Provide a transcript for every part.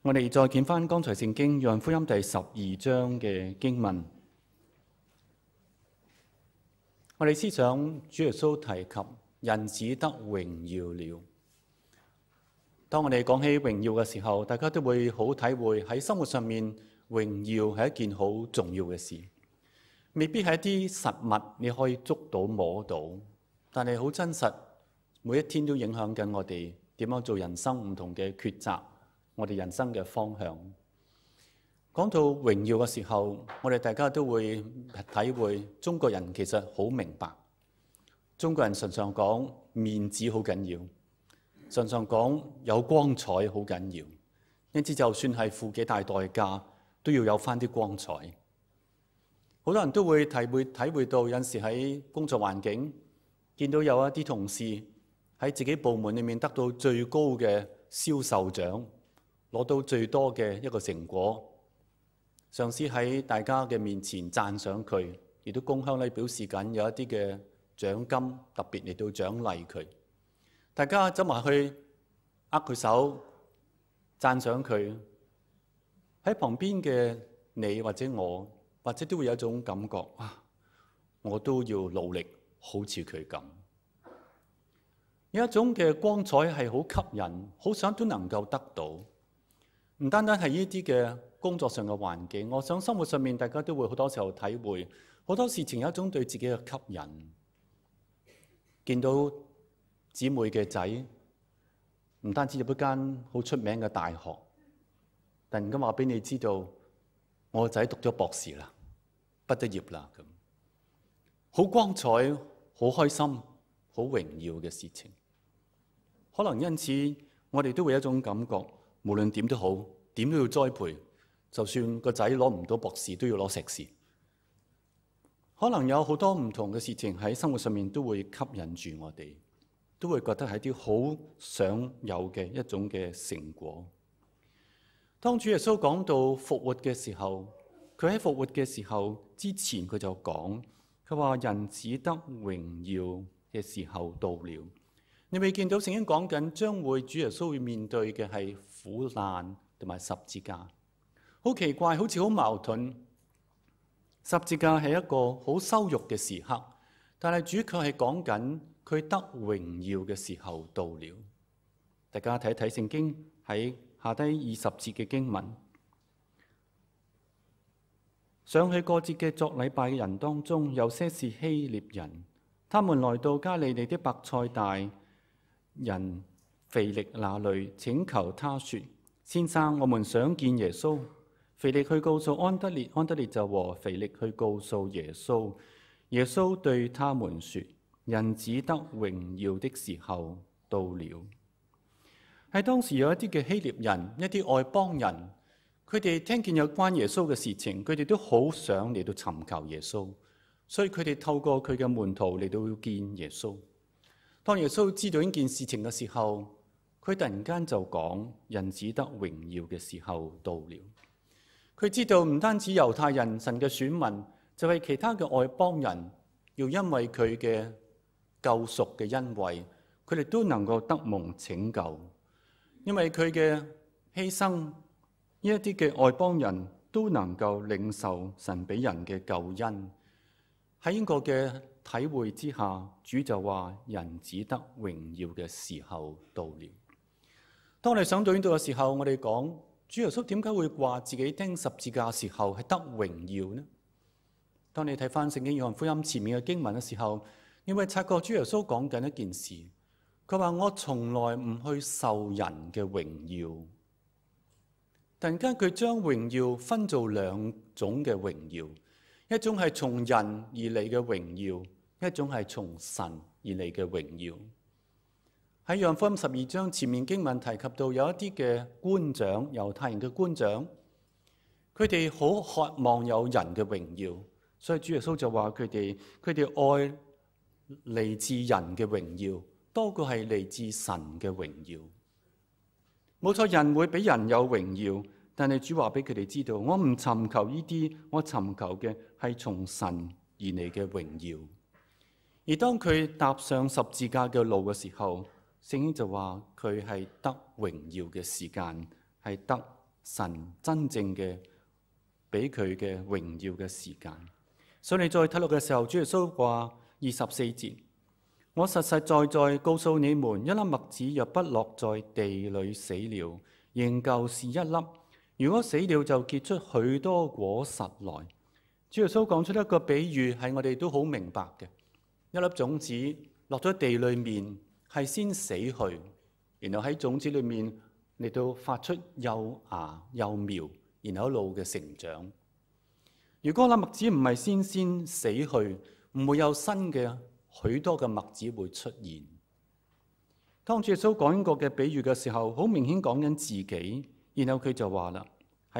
我哋再見翻剛才聖經約翰福音第12章嘅經文，我哋思想主耶穌提及人子得榮耀了。當我哋講起榮耀嘅時候，大家都會好體會喺生活上面榮耀係一件好重要嘅事，未必係一啲實物你可以捉到摸到，但係好真實，每一天都影響緊我哋點樣做人生唔同嘅抉擇，我哋人生嘅方向。講到榮耀嘅時候，我哋大家都會體會中國人其實好明白，中國人常常講面子好緊要，常常講有光彩好緊要，因此就算係付幾大代價都要有翻啲光彩。好多人都會體會到，有時喺工作環境見到有一啲同事喺自己部門裏面得到最高嘅銷售獎，攞到最多嘅一個成果，上司喺大家嘅面前讚賞佢，亦都公開表示緊有一啲嘅獎金特別嚟到獎勵佢。大家走埋去握佢手讚賞佢，喺旁邊嘅你或者我，或者都會有一種感覺，我都要努力好似佢咁。有一種嘅光彩係好吸引，好想都能夠得到。唔單單係呢啲嘅工作上嘅環境，我想生活上面大家都會好多時候體會，好多事情有一種對自己嘅吸引。見到姊妹嘅仔唔單止入一間好出名嘅大學，突然間話俾你知道，我個仔讀咗博士啦，畢咗業啦，咁好光彩、好開心、好榮耀嘅事情。可能因此我哋都會有一種感覺，無論點都好，點都要栽培，就算個仔攞唔到博士，都要攞碩士。可能有好多唔同嘅事情喺生活上面都會吸引住我哋，都會覺得係啲好想有嘅一種嘅成果。當主耶穌講到復活嘅時候，佢喺復活嘅時候之前佢就講，佢話人子得榮耀嘅時候到了。你未見到聖經講緊將會主耶穌會面對嘅係苦難同埋十字架，好奇怪，好似好矛盾。十字架係一個好羞辱嘅時刻，但係主卻係講緊佢得榮耀嘅時候到了。大家睇一睇聖經喺下低20節嘅經文，上去過節嘅作禮拜嘅人當中，有些是希臘人，他們來到加利利的伯賽大人腓力那裏，請求他說：先生，我們想見耶穌。腓力去告訴安德烈，安德烈就和腓力去告訴耶穌。耶穌對他們說：人子得榮耀的時候到了。喺當時有一啲嘅希臘人，一啲外邦人，佢哋聽見有關耶穌嘅事情，佢哋都好想嚟到尋求耶穌，所以佢哋透過佢嘅門徒嚟到見耶穌。當耶穌知道呢件事情嘅時候，佢突然間就講：人子得榮耀嘅時候到了。佢知道唔單止猶太人神嘅選民，就係其他嘅外邦人，要因為佢嘅救贖嘅恩惠，佢哋都能夠得蒙拯救。因為佢嘅犧牲，呢一啲嘅外邦人都能夠領受神俾人嘅救恩。喺呢個嘅體會之下，主就話人子得榮耀嘅時候到了。當我哋想到呢度嘅時候，我哋講主耶穌點解會話自己釘十字架嘅時候係得榮耀呢？當你睇翻聖經約翰福音前面嘅經文嘅時候，你會察覺主耶穌講緊一件事，佢話我從來唔去受人嘅榮耀。突然間佢將榮耀分做兩種嘅榮耀，一種係從人而嚟嘅榮耀，一種係從神而嚟嘅榮耀。喺約翰福音12章前面經文提及到有一啲嘅官長，猶太人嘅官長，佢哋好渴望有人嘅榮耀，所以主耶穌就話佢哋愛嚟自人嘅榮耀多過係嚟自神嘅榮耀。冇錯，人會俾人有榮耀，但係主話俾佢哋知道，我唔尋求呢啲，我尋求嘅係從神而嚟嘅榮耀。而當佢踏上十字架嘅路嘅時候，聖經就話佢係得榮耀嘅時間，係得神真正嘅俾佢嘅榮耀嘅時間。所以你再睇落嘅時候，主耶穌話24節：我實實在在告訴你們，一粒麥子若不落在地裏死了，仍舊是一粒；如果死了，就結出許多果實來。主耶穌講出一個比喻，係我哋都好明白嘅。一粒種子落咗地裏面，係先死去，然後喺種子裏面嚟到發出幼芽幼苗，然後一路嘅成長。如果粒麥子唔係先死去，唔會有新嘅許多嘅麥子會出現。當主耶穌講呢個嘅比喻嘅時候，好明顯講緊自己，然後佢就話啦，喺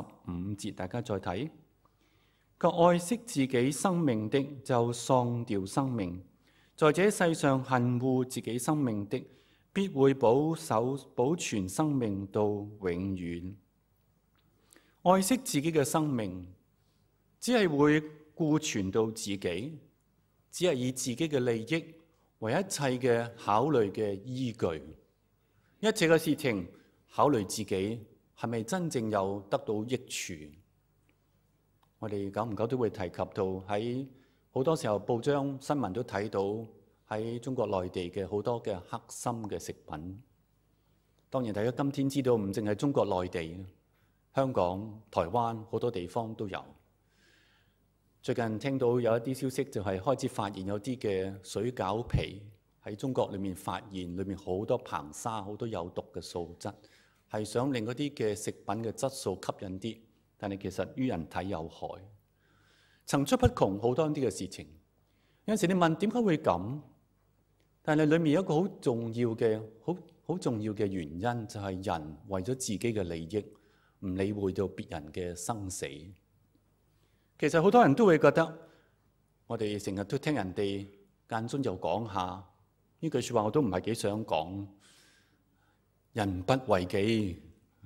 25節，大家再睇。個愛惜自己生命的，就喪掉生命；在這世上恨惡自己生命的，必會保存生命到永遠。愛惜自己嘅生命，只係會顧全到自己，只係以自己嘅利益為一切嘅考慮嘅依據。一切嘅事情考慮自己係咪真正有得到益處？我哋久唔久都會提及到，喺好多時候報章新聞都睇到喺中國內地嘅好多嘅黑心嘅食品。當然大家今天知道唔淨係中國內地，香港、台灣好多地方都有。最近聽到有一啲消息，就係開始發現有啲嘅水餃皮喺中國裏面發現，裏面好多硼砂、好多有毒嘅素質，係想令嗰啲嘅食品嘅質素吸引啲。但係其實於人體有害，層出不窮，好多呢啲嘅事情。有陣時你問點解會咁？但係裏面有一個好重要嘅原因，就係人為咗自己嘅利益，唔理會到別人嘅生死。其實好多人都會覺得，我哋成日都聽人哋間中就講下呢句說話，我都唔係幾想講。人不為己。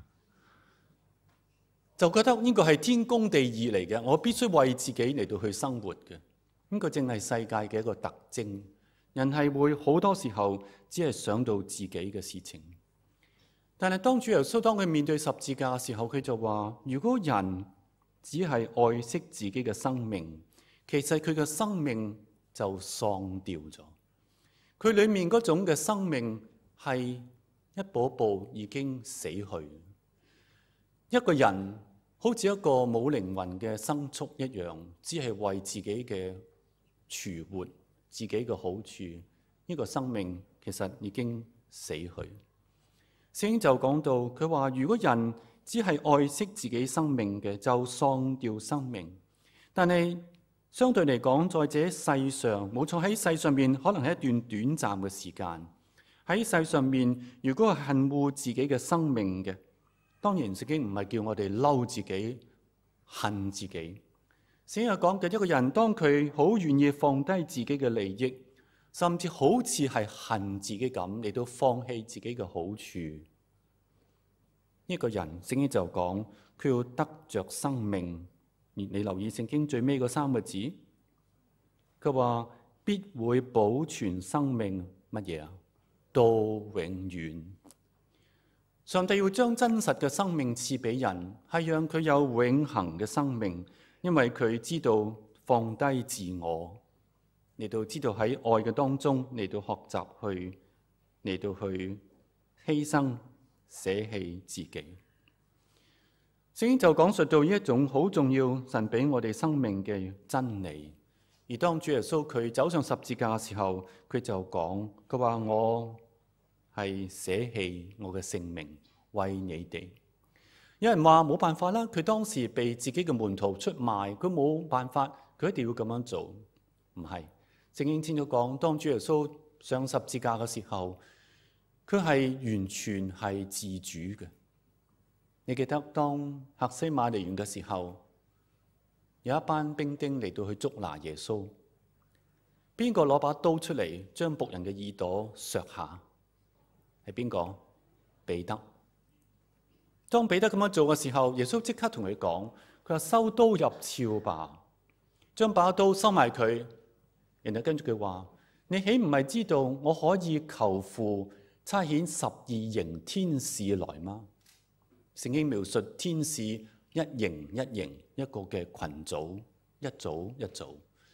就覺得呢個係天公地義嚟嘅，我必須為自己嚟到去生活嘅。呢個正係世界嘅一個特徵。人係會好多時候只係想到自己嘅事情。但係當主耶穌當佢面對十字架嘅時候，佢就話：如果人只係愛惜自己嘅生命，其實佢嘅生命就喪掉咗。佢裏面嗰種嘅生命係一步步已經死去。一個人好似一個冇靈魂嘅牲畜一樣，只係為自己嘅存活、自己嘅好處。呢個生命其實已經死去。聖經就講到，佢話如果人只係愛惜自己生命嘅，就喪掉生命。但係相對嚟講，在這世上，冇錯，喺世上面可能係一段短暫嘅時間。喺世上面，如果係恨惡自己嘅生命嘅，當然聖經唔係叫我哋嬲自己、恨自己。聖經係講嘅一個人，當佢好願意放低自己嘅利益，甚至好似係恨自己咁嚟到放棄自己嘅好處，呢個人聖經就講佢要得着生命。你留意聖經最尾嗰3個字，佢話必會保存生命乜嘢啊？到永遠。上帝要將真實嘅生命賜俾人，係讓佢有永恆嘅生命，因為佢知道放低自我，嚟到知道喺愛嘅當中嚟到學習去嚟到去犧牲捨棄自己。聖經就講述到呢一種好重要神俾我哋生命嘅真理。而當主耶穌佢走上十字架嘅時候，佢就講，佢話我係捨棄我嘅性命為你哋。有人話冇辦法啦，佢當時被自己嘅門徒出賣，佢冇辦法，佢一定要咁樣做。唔係，聖經清楚講，當主耶穌上十字架嘅時候，佢係完全係自主嘅。你記得當客西馬尼園嘅時候，有一班兵丁嚟到去捉拿耶穌，邊個攞把刀出嚟將僕人嘅耳朵削下？係邊個？彼得。當彼得咁樣做嘅時候，耶穌即刻同佢講，佢話收刀入鞘吧，將把刀收埋佢。然後跟住佢話：你豈唔係知道我可以求父差遣12營天使來嗎？ 聖經描述天使一營一營，一個嘅群組，一組一組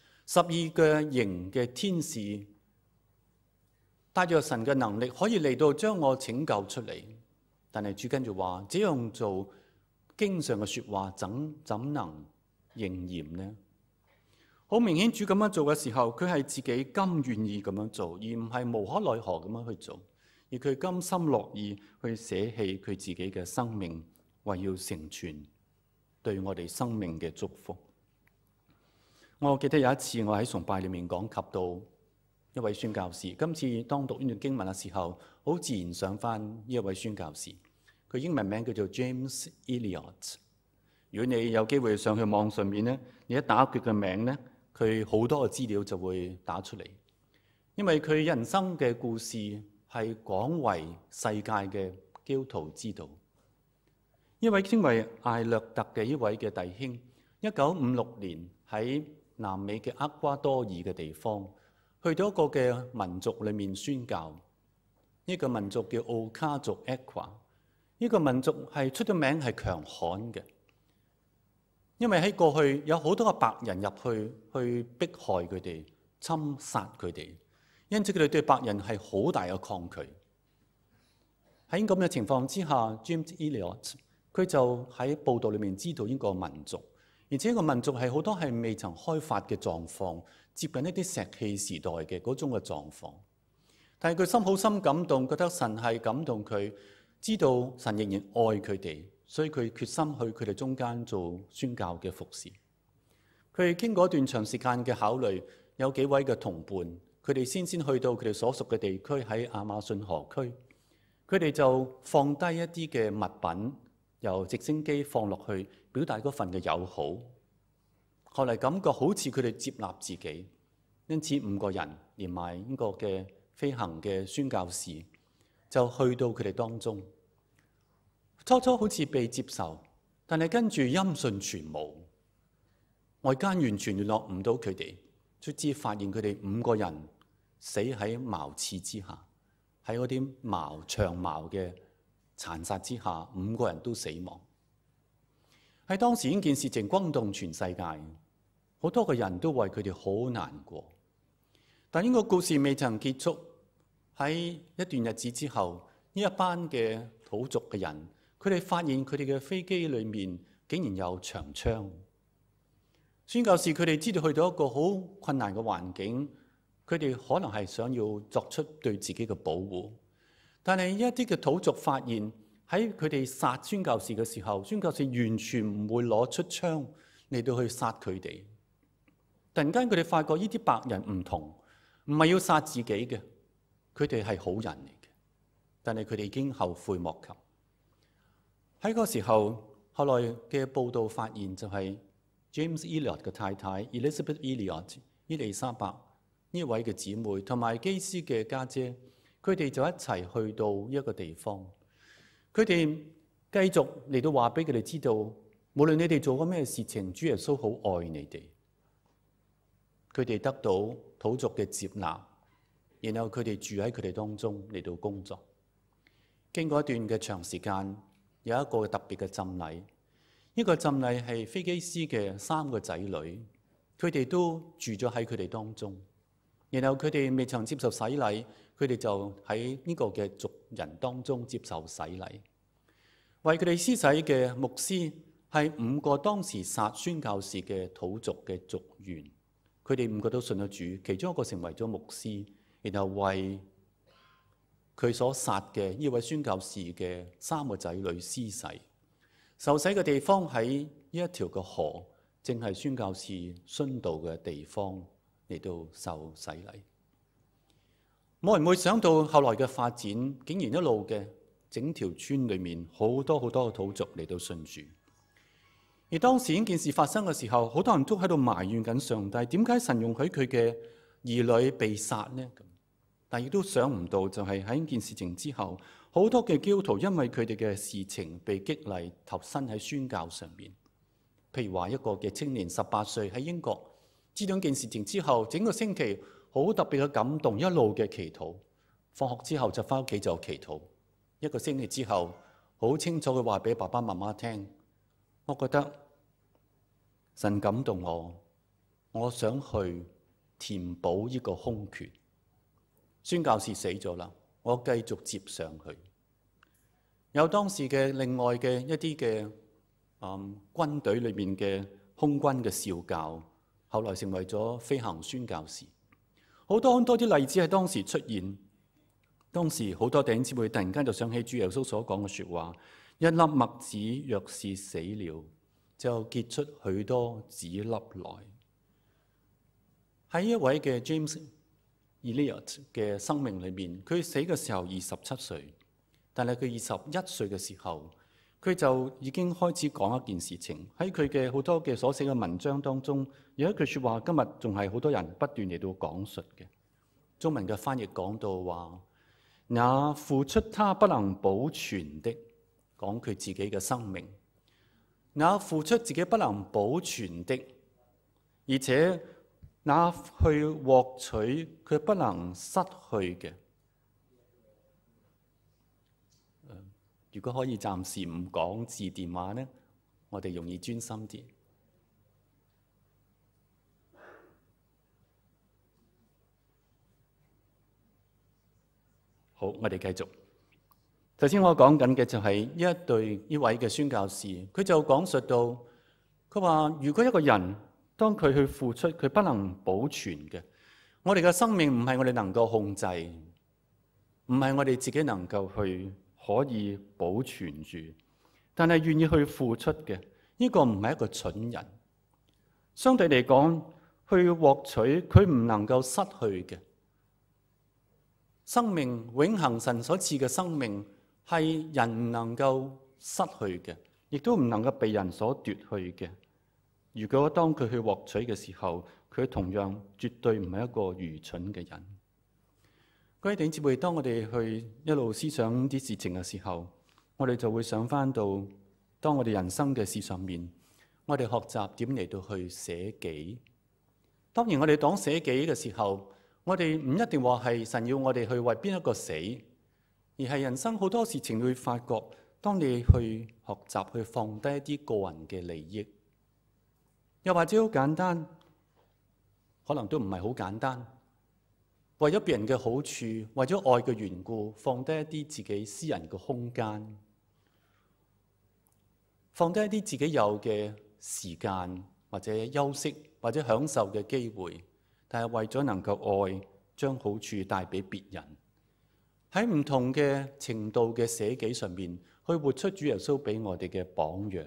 ，12個營嘅天使帶着神嘅能力，可以嚟到將我拯救出嚟。但係主跟住話：這樣做經上嘅說話怎能應驗呢？好明顯，主咁樣做嘅時候，佢係自己甘願意咁樣做，而唔係無可奈何咁樣去做。而佢甘心樂意去捨棄佢自己嘅生命，為要成全對我哋生命嘅祝福。我記得有一次我喺崇拜裏面講及到一位宣教士，今次當讀呢段經文嘅時候，好自然想翻呢一位宣教士，佢英文名叫做 James Elliot。如果你有機會上去網上面咧，你一打佢嘅名咧，佢好多嘅資料就會打出嚟，因為佢人生嘅故事係廣為世界嘅基督徒知道。一位稱為艾略特嘅一位嘅弟兄，1956年喺南美嘅厄瓜多爾嘅地方，去到一個嘅民族裏面宣教。呢個民族叫奧卡族 Aqua。呢個民族係出咗名係強悍嘅，因為喺過去有好多個白人入去迫害佢哋、侵殺佢哋，因此佢哋對白人係好大嘅抗拒。喺咁嘅情況之下 ，James Elliot 佢就喺報道裏面知道呢個民族，而且呢個民族係好多係未曾開發嘅狀況，接近一啲石器時代嘅嗰種嘅狀況。但係佢心好深感動，覺得神係感動佢，知道神仍然愛佢哋，所以佢決心去佢哋中間做宣教嘅服侍。佢哋經過一段長時間嘅考慮，有幾位嘅同伴，佢哋先去到佢哋所屬嘅地區喺亞馬遜河區，佢哋就放低一啲嘅物品，由直升機放落去，表達嗰份嘅友好。後嚟感覺好似佢哋接納自己，因此5個人連埋呢個嘅飛行嘅宣教士就去到佢哋當中。初初好似被接受，但係跟住音訊全無，外間完全聯絡唔到佢哋，卒之發現佢哋5個人死喺矛刺之下，喺嗰啲長矛嘅殘殺之下，5個人都死亡。喺當時呢件事情轟動全世界，好多個人都為佢哋好難過。但呢個故事未曾結束，喺一段日子之後，呢一班嘅土族嘅人，佢哋發現佢哋嘅飛機裏面竟然有長槍。宣教士佢哋知道去到一個好困難嘅環境，佢哋可能係想要作出對自己嘅保護，但係一啲嘅土族發現喺佢哋殺宣教士嘅時候，宣教士完全唔會攞出槍嚟到去殺佢哋。突然間佢哋發覺呢啲白人唔同，唔係要殺自己嘅，佢哋係好人嚟嘅，但係佢哋已經後悔莫及。喺嗰個時候，後來嘅報道發現就係 James Elliot 嘅太太 Elizabeth Elliot 伊麗莎白呢位嘅姊妹，同埋基斯嘅家姐，佢哋就一齊去到一個地方。佢哋繼續嚟到話俾佢哋知道，無論你哋做過咩事情，主耶穌好愛你哋。佢哋得到土族嘅接納，然後佢哋住喺佢哋當中嚟到工作。經過一段嘅長時間，有一個特別嘅浸禮。呢個浸禮係飛機師嘅3個仔女，佢哋都住咗喺佢哋當中。然後佢哋未曾接受洗禮，佢哋就喺呢個嘅族人當中接受洗禮。為佢哋施洗嘅牧師係5個當時殺宣教士嘅土族嘅族員。佢哋5個都信咗主，其中一個成為咗牧師，然後為佢所殺嘅呢位宣教士嘅3個仔女施洗。受洗嘅地方喺呢一條嘅河，正係宣教士殉道嘅地方，嚟到受洗禮。冇人會想到後來嘅發展，竟然一路嘅整條村裏面好多好多嘅土族嚟到信主。而當時呢件事發生嘅時候，好多人都喺度埋怨緊上帝，點解神容許佢嘅兒女被殺呢？但亦都想唔到，就係喺呢件事情之後，好多嘅基督徒因為佢哋嘅事情被激勵，投身喺宣教上面。譬如話一個嘅青年18歲喺英國，知道呢件事情之後，整個星期好特別嘅感動，一路嘅祈禱，放學之後就翻屋企就祈禱。1個星期之後， 好清楚嘅話俾爸爸媽媽聽。我覺得神感動我想去填補呢個空缺。宣教士死咗啦，我繼續接上去。有當時嘅另外嘅一啲嘅軍隊裏面嘅空軍嘅少校，後來成為咗飛行宣教士。好多啲例子喺當時出現。當時好多弟兄姊妹突然間就想起主耶穌所講嘅説話：一粒麥子若是死了，就結出許多子粒來。喺一位嘅 James Elliot 嘅生命裏面，佢死嘅時候27歲，但係佢21歲嘅時候，佢就已經開始講一件事情。喺佢嘅好多嘅所寫嘅文章當中，有一句説話，今日仲係好多人不斷嚟到講述嘅。中文嘅翻譯講到話：那付出他不能保存的，講佢自己嘅生命；那付出自己不能保存的，而且那去獲取佢不能失去嘅。如果可以暫時唔講字電話呢，我哋容易專心啲。好，我哋繼續。頭先我講緊嘅就係呢位嘅宣教士，佢就講述到，佢話如果一個人當佢去付出，佢不能保存嘅，我哋嘅生命唔係我哋能夠控制，唔係我哋自己能夠去可以保存住，但係願意去付出嘅，呢個唔係一個蠢人。相對嚟講，去獲取佢唔能夠失去嘅。生命永恆神所賜嘅生命係人唔能夠失去嘅，亦都唔能夠被人所奪去嘅。如果當佢去獲取嘅時候，佢同樣絕對唔係一個愚蠢嘅人。各位弟兄姊妹，當我哋去一路思想啲事情嘅時候，我哋就會想翻到，當我哋人生嘅事上面，我哋學習點嚟到去捨己。當然我哋講捨己嘅時候，我哋唔一定話係神要我哋去為邊一個死，而係人生好多事情會發覺，當你去學習去放低一啲個人嘅利益，又或者好簡單，可能都唔係好簡單，為咗別人嘅好處，為咗愛嘅緣故，放低一啲自己私人嘅空間，放低一啲自己有嘅時間，或者休息，或者享受嘅機會。但係為咗能夠愛，將好處帶俾別人，喺唔同嘅程度嘅捨己上面，去活出主耶穌俾我哋嘅榜樣。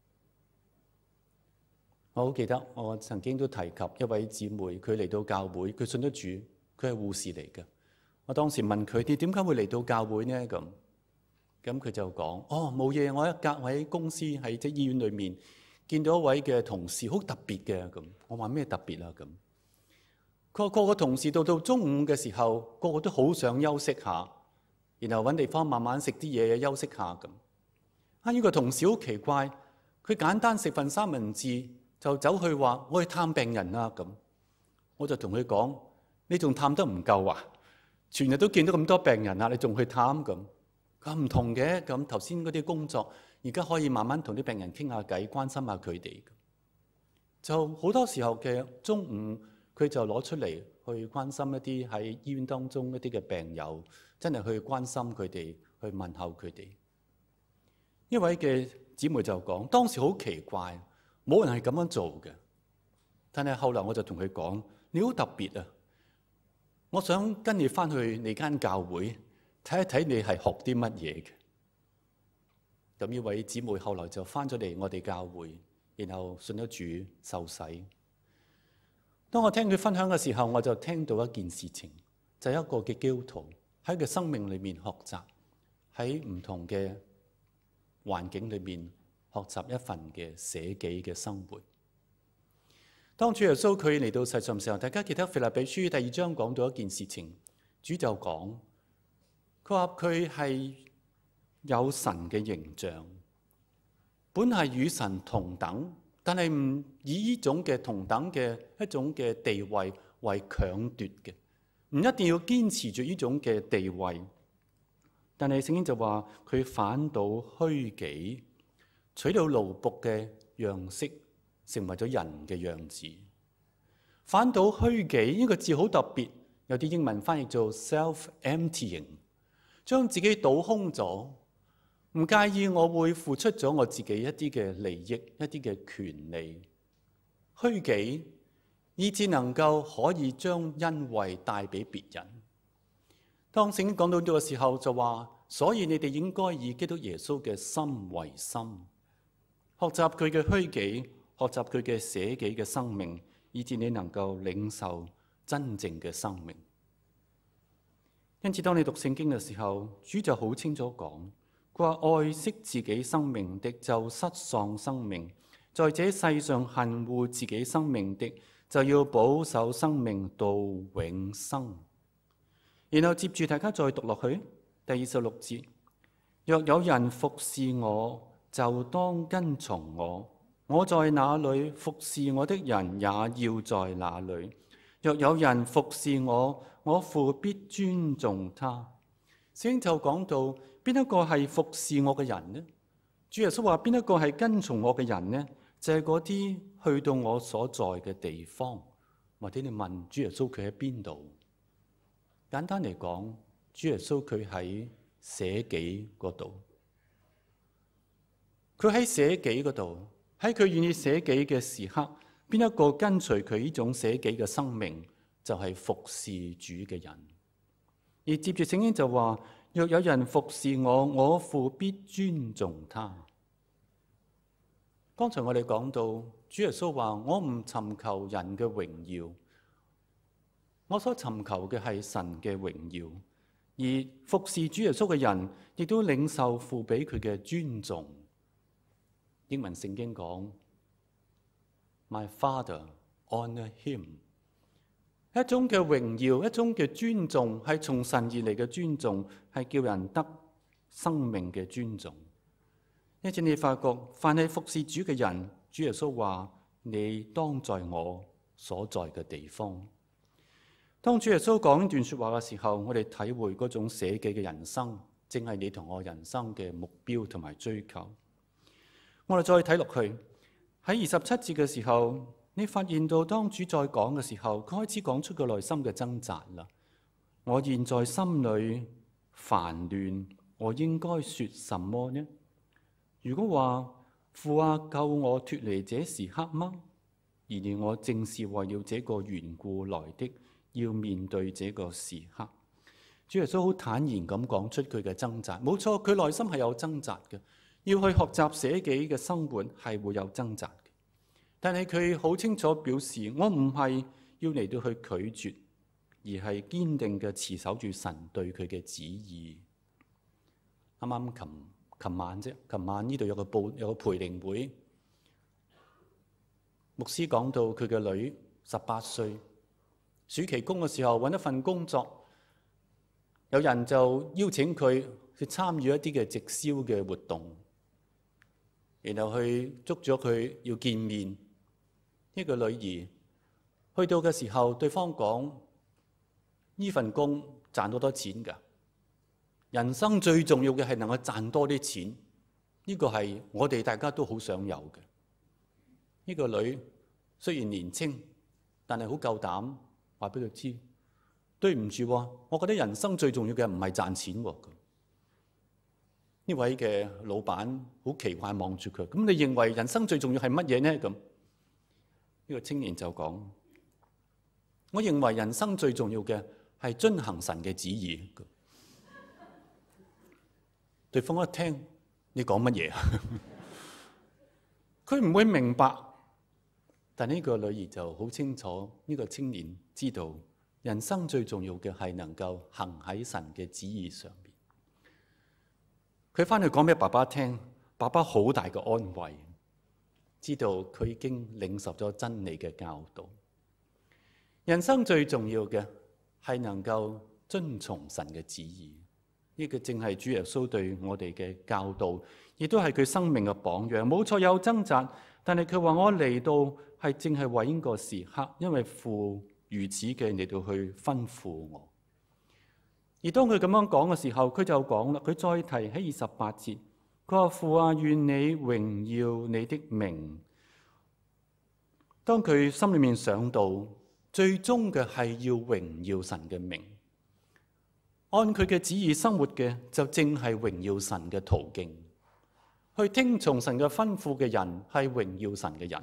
我好記得，我曾經都提及一位姊妹，佢嚟到教會，佢信咗主，佢係護士嚟嘅。我當時問佢：你點解會嚟到教會呢？咁佢就講：哦，冇嘢，我喺公司喺醫院裏面見到一位嘅同事，好特別嘅。咁我話咩特別啊？咁個個同事到中午嘅時候，個個都好想休息下，然後揾地方慢慢食啲嘢休息下咁。呢個同事好奇怪，佢簡單食份三文治就走去話：我去探病人啦咁。我就同佢講：你仲探得唔夠啊？全日都見到咁多病人啦，你仲去探咁？佢話唔同嘅，咁頭先嗰啲工作，而家可以慢慢同啲病人傾下偈，關心下佢哋。就好多時候嘅中午，佢就攞出嚟去關心一啲喺醫院當中一啲嘅病友，真係去關心佢哋，去問候佢哋。一位嘅姊妹就講：當時好奇怪，冇人係咁樣做嘅。但係後來我就同佢講：你好特別啊！我想跟你翻去你間教會睇一睇，你係學啲乜嘢嘅。咁呢位姊妹後來就翻咗嚟我哋教會，然後信咗主受洗。當我聽佢分享嘅時候，我就聽到一件事情，就係一個嘅基督徒喺佢生命裏面學習，喺唔同嘅環境裏面學習一份嘅捨己嘅生活。當主耶穌佢嚟到世上嘅時候，大家記得腓立比書第2章講到一件事情，主就講，佢話佢係有神嘅形象，本係與神同等，但係唔以呢種嘅同等嘅一種嘅地位為強奪嘅，唔一定要堅持住呢種嘅地位， 但係聖經就話佢反倒虛己，取到奴僕嘅樣式，成為咗人嘅樣子。反倒虛己呢個字好特別，有啲英文翻譯做 self-emptying， 將自己倒空咗，唔介意我會付出咗我自己一啲嘅利益、一啲嘅權利，虛己以致能夠可以將恩惠帶俾別人。當聖經講到呢個時候就話，所以你哋應該以基督耶穌嘅心為心，學習佢嘅虛己，學習佢嘅捨己嘅生命，以致你能夠領受真正嘅生命。因此當你讀聖經嘅時候，主就好清楚講，佢話愛惜自己生命的就失喪生命，在這世上恨惡自己生命的就要保守生命到永生。然後接住大家再讀落去，第26節，若有人服侍我，就當跟從我，我在哪裏，服侍我的人也要在哪裏。若有人服侍我，我父必尊重他。聖經就講到邊一個係服侍我嘅人呢？主耶穌話邊一個係跟從我嘅人呢？就係嗰啲去到我所在嘅地方，或者你問主耶穌佢喺邊度？簡單嚟講，主耶穌佢喺捨己嗰度，佢喺捨己嗰度，喺佢願意捨己嘅時刻，邊一個跟隨佢呢種捨己嘅生命，就係服侍主嘅人。而接住聖經就話，若有人服侍我，我父必尊重他。剛才我哋講到，主耶穌話，我唔尋求人嘅榮耀，我所尋求嘅係神嘅榮耀。而服侍主耶穌嘅人，亦都領受父俾佢嘅尊重。英文聖經講 My Father honor him， 一種嘅榮耀，一種嘅尊重，係從神而嚟嘅尊重，係叫人得生命嘅尊重。因此你發覺，凡係服侍主嘅人，主耶穌話：你當在我所在嘅地方。當主耶穌講呢段說話嘅時候，我哋體會嗰種捨己嘅人生，正係你同我人生嘅目標同埋追求。我哋再睇落去，喺27節嘅時候，你發現到當主再講嘅時候，佢開始講出個內心嘅掙扎啦。我現在心裏煩亂，我應該說什麼呢？如果話父啊，救我脫離這時刻嗎？然而我正是為了這個緣故來的，要面對這個時刻。主耶穌好坦然咁講出佢嘅掙扎。冇錯，佢內心係有掙扎嘅，要去學習捨己嘅生活係會有掙扎嘅。但係佢好清楚表示，我唔係要嚟到去拒絕，而係堅定嘅持守住神對佢嘅旨意。啱啱琴晚啫，琴晚呢度有個培靈會，牧師講到佢嘅女18歲，暑期工嘅時候揾一份工作，有人就邀請佢去參與一啲嘅直銷嘅活動，然後去捉咗佢要見面。呢個女兒去到嘅時候，對方講：呢份工賺好多錢㗎。人生最重要嘅係能夠賺多啲錢，呢個係我哋大家都好想有嘅。呢個女雖然年青，但係好夠膽話俾佢知：對唔住，我覺得人生最重要嘅唔係賺錢。呢位嘅老闆好奇怪望住佢，咁你認為人生最重要係乜嘢呢？咁呢個青年就講：我認為人生最重要嘅係遵行神嘅旨意。對方一聽，你講乜嘢啊？佢唔會明白，但呢個女兒就好清楚，呢個青年知道人生最重要嘅係能夠行喺神嘅旨意上面。佢翻去講俾爸爸聽，爸爸好大嘅安慰，知道佢已經領受咗真理嘅教導。人生最重要嘅係能夠遵從神嘅旨意。呢個正係主耶穌對我哋嘅教導，亦都係佢生命嘅榜樣。冇錯，有掙扎，但係佢話我嚟到係正係為呢個時刻，因為父如此嘅嚟到去吩咐我。而而當佢咁樣講嘅時候，佢就講啦，佢再提喺28節，佢話父啊，願你榮耀你的名。當佢心裏面想到，最終嘅係要榮耀神嘅名，按佢嘅旨意生活嘅就正係榮耀神嘅途徑。去聽從神嘅吩咐嘅人係榮耀神嘅人。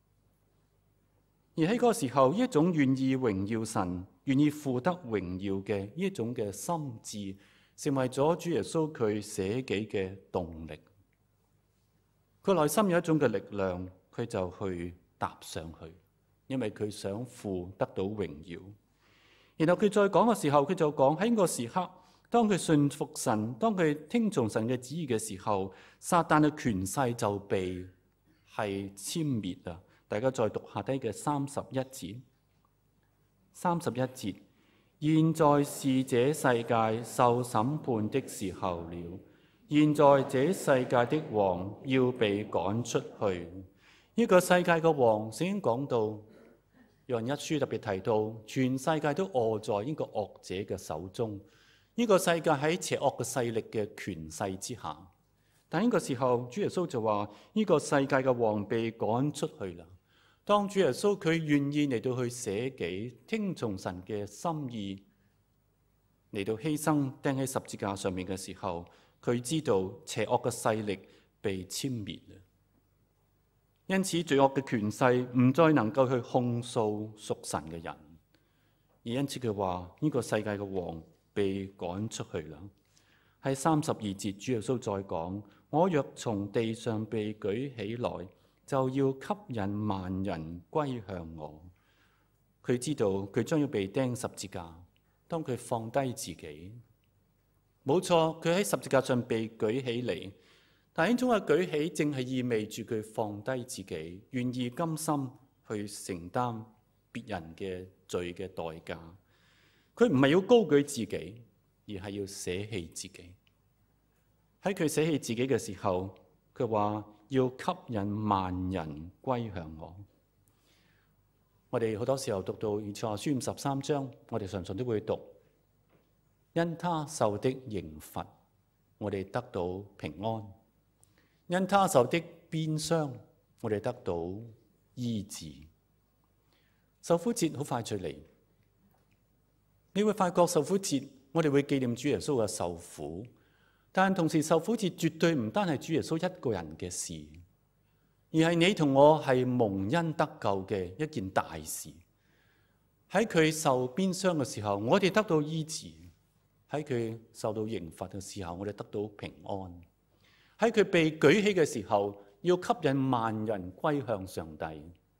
而喺嗰個時候，呢一種願意榮耀神、願意負得榮耀嘅呢一種嘅心志，成為咗主耶穌佢捨己嘅動力。佢內心有一種嘅力量，佢就去踏上去，因為佢想父得到榮耀。然後佢再講嘅時候，佢就講喺呢個時刻，當佢信服神，當佢聽從神嘅旨意嘅時候，撒旦嘅權勢就被殲滅啦。大家再讀下低嘅31節。31節，現在是這世界受審判的時候了。現在這世界的王要被趕出去。呢個世界嘅王，聖經講到，約翰一書特別提到，全世界都臥在呢個惡者嘅手中。呢個世界喺邪惡嘅勢力嘅權勢之下。但呢個時候，主耶穌就話：呢個世界嘅王被趕出去啦。當主耶穌佢願意嚟到去捨己，聽從神嘅心意，嚟到犧牲釘喺十字架上面嘅時候，佢知道邪惡嘅勢力被殲滅啦。因此罪惡嘅權勢唔再能夠去控訴屬神嘅人，而因此佢話呢個世界嘅王被趕出去啦。喺32節，主耶穌再講：我若從地上被舉起來，就要吸引萬人歸向我。佢知道佢將要被釘十字架，當佢放低自己，冇錯，佢喺十字架上被舉起嚟，但呢種嘅舉起正係意味住佢放低自己，願意甘心去承擔別人嘅罪嘅代價。佢唔係要高舉自己，而係要捨棄自己。喺佢捨棄自己嘅時候，佢話要吸引萬人歸向我。我哋好多時候讀到以賽亞書53章，我哋常常都會讀：因他受的刑罰，我哋得到平安；因他受的鞭傷，我哋得到醫治。受苦節好快就嚟，你會發覺受苦節我哋會紀念主耶穌嘅受苦。但同時，受苦節絕對唔單係主耶穌一個人嘅事，而係你同我係蒙恩得救嘅一件大事。喺佢受鞭傷嘅時候，我哋得到醫治；喺佢受到刑罰嘅時候，我哋得到平安；喺佢被舉起嘅時候，要吸引萬人歸向上帝。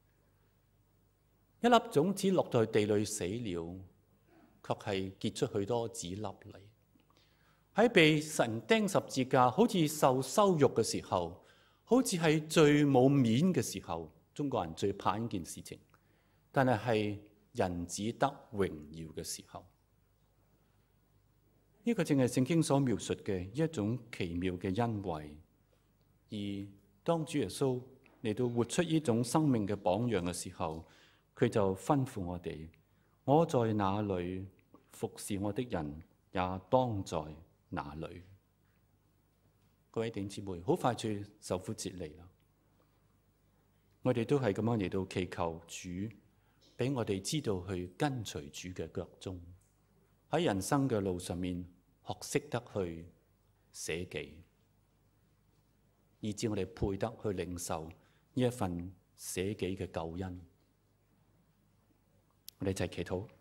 一粒種子落在地裏死了，卻係結出許多子粒嚟。喺被神釘十字架，好似受羞辱嘅時候，好似係最冇面嘅時候，中國人最怕呢件事情。但係人子得榮耀嘅時候，呢個正係聖經所描述嘅一種奇妙嘅恩惠。而當主耶穌嚟到活出呢種生命嘅榜樣嘅時候，佢就吩咐我哋：我在哪裏，服侍我的人也當在哪裏。各位弟兄姊妹，好快就受苦節嚟啦！我哋都係咁樣嚟到祈求主，俾我哋知道去跟隨主嘅腳蹤，喺人生嘅路上面學識得去捨己，以致我哋配得去領受呢一份捨己嘅救恩。我哋一齊祈禱。